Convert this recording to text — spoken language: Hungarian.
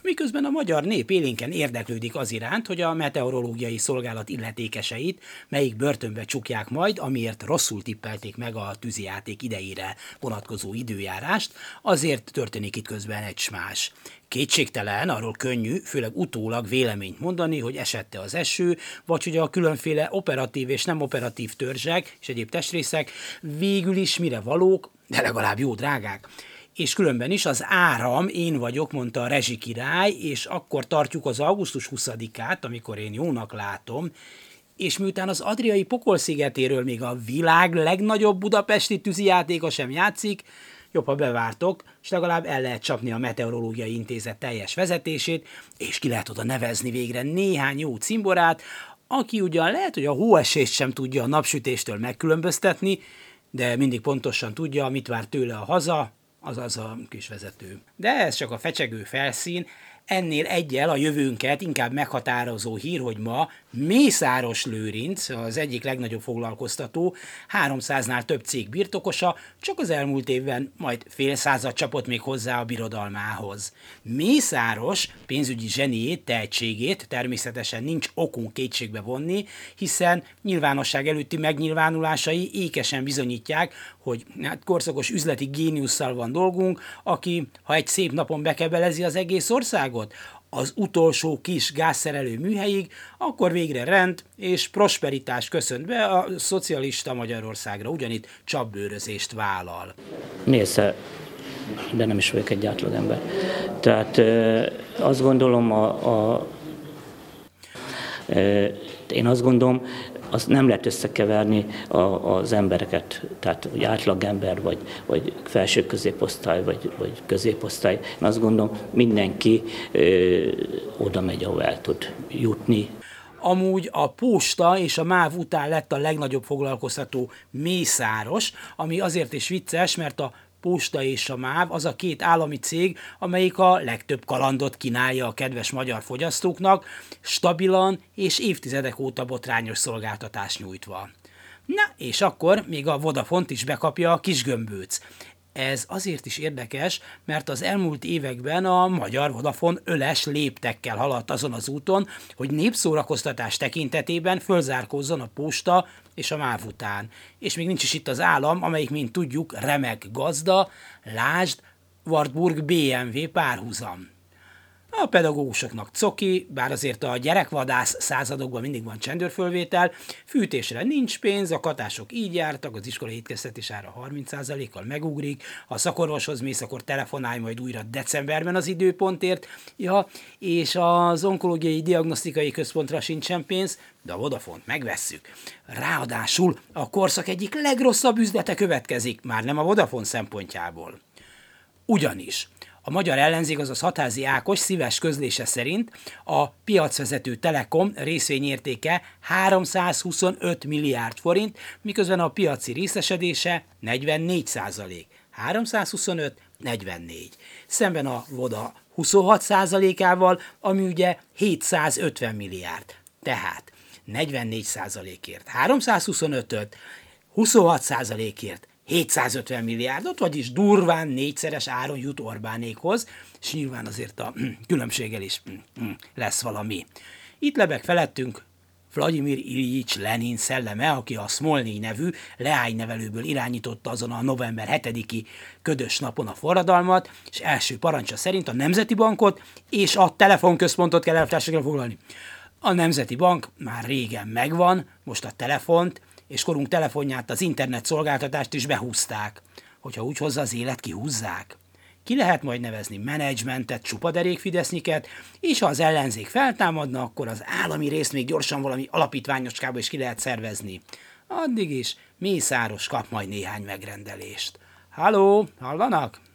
miközben a magyar nép élénken érdeklődik az iránt, hogy a meteorológiai szolgálat illetékeseit melyik börtönbe csukják majd, amiért rosszul tippelték meg a tűzijáték idejére vonatkozó időjárást, azért történik itt közben egy smás. Kétségtelen, arról könnyű, főleg utólag véleményt mondani, hogy esette az eső, vagy hogy a különféle operatív és nem operatív törzsek és egyéb testrészek végül is mire valók, de legalább jó drágák. És különben is az áram én vagyok, mondta a rezsikirály, és akkor tartjuk az augusztus 20-át, amikor én jónak látom, és miután az Adriai Pokolszigetéről még a világ legnagyobb budapesti tűzijátéka sem játszik, jobb, ha bevártok, és legalább el lehet csapni a Meteorológiai Intézet teljes vezetését, és ki lehet oda nevezni végre néhány jó cimborát, aki ugyan lehet, hogy a hóesést sem tudja a napsütéstől megkülönböztetni, de mindig pontosan tudja, mit vár tőle a haza, azaz a kis vezető. De ez csak a fecsegő felszín, ennél egyel a jövőnket inkább meghatározó hír, hogy ma Mészáros Lőrinc, az egyik legnagyobb foglalkoztató, 300-nál több cég birtokosa, csak az elmúlt évben majd fél százat csapott még hozzá a birodalmához. Mészáros pénzügyi zseniét, tehetségét természetesen nincs okunk kétségbe vonni, hiszen nyilvánosság előtti megnyilvánulásai ékesen bizonyítják, hogy korszakos üzleti géniusszal van dolgunk, aki, ha egy szép napon bekebelezi az egész országot, az utolsó kis gázszerelő műhelyig, akkor végre rend és prosperitás köszönt be a szocialista Magyarországra, ugyanitt csapbőrözést vállal. Nézze, de nem is vagyok egy átlagember. Tehát azt gondolom, én azt gondolom, azt nem lehet összekeverni az embereket, tehát hogy átlagember, vagy felső középosztály, vagy középosztály. Én azt gondolom, mindenki oda megy, ahol el tud jutni. Amúgy a posta és a MÁV után lett a legnagyobb foglalkoztató Mészáros, ami azért is vicces, mert a Posta és a MÁV az a két állami cég, amelyik a legtöbb kalandot kínálja a kedves magyar fogyasztóknak, stabilan és évtizedek óta botrányos szolgáltatást nyújtva. Na, és akkor még a Vodafont is bekapja a kisgömbőc. Ez azért is érdekes, mert az elmúlt években a magyar Vodafone öles léptekkel haladt azon az úton, hogy népszórakoztatás tekintetében fölzárkózzon a Posta és a MÁV után. És még nincs is itt az állam, amelyik, mint tudjuk, remek gazda, lásd, Wartburg BMW párhuzam. A pedagógusoknak coki, bár azért a gyerekvadász századokban mindig van csendőrfölvétel, fűtésre nincs pénz, a katások így jártak, az iskolai étkeztetés ára 30%-kal megugrik, ha a szakorvoshoz mész, akkor telefonálj majd újra decemberben az időpontért, ja, és az onkológiai diagnosztikai központra sincsen pénz, de a Vodafont megvesszük. Ráadásul a korszak egyik legrosszabb üzlete következik, már nem a Vodafone szempontjából. Ugyanis a magyar ellenzék, azaz Hatházi Ákos szíves közlése szerint a piacvezető Telekom részvényértéke 325 milliárd forint, miközben a piaci részesedése 44%. 325, 44. Szemben a Voda 26%-ával, ami ugye 750 milliárd. Tehát 44%-ért 325-öt, 26%-ért 750 milliárdot, vagyis durván négyszeres áron jut Orbánékhoz, és nyilván azért a különbséggel is lesz valami. Itt lebeg felettünk Vladimir Iljics Lenin szelleme, aki a Szmolnyi nevű leánynevelőből irányította azon a november 7-i ködös napon a forradalmat, és első parancsa szerint a Nemzeti Bankot és a telefonközpontot kell elvtársakra foglalni. A Nemzeti Bank már régen megvan, most a telefont, és korunk telefonját, az internet szolgáltatást is behúzták. Hogyha úgy hozza az élet, kihúzzák. Ki lehet majd nevezni menedzsmentet, csupaderék fideszniket, és ha az ellenzék feltámadna, akkor az állami részt még gyorsan valami alapítványoskába is ki lehet szervezni. Addig is Mészáros kap majd néhány megrendelést. Halló, hallanak?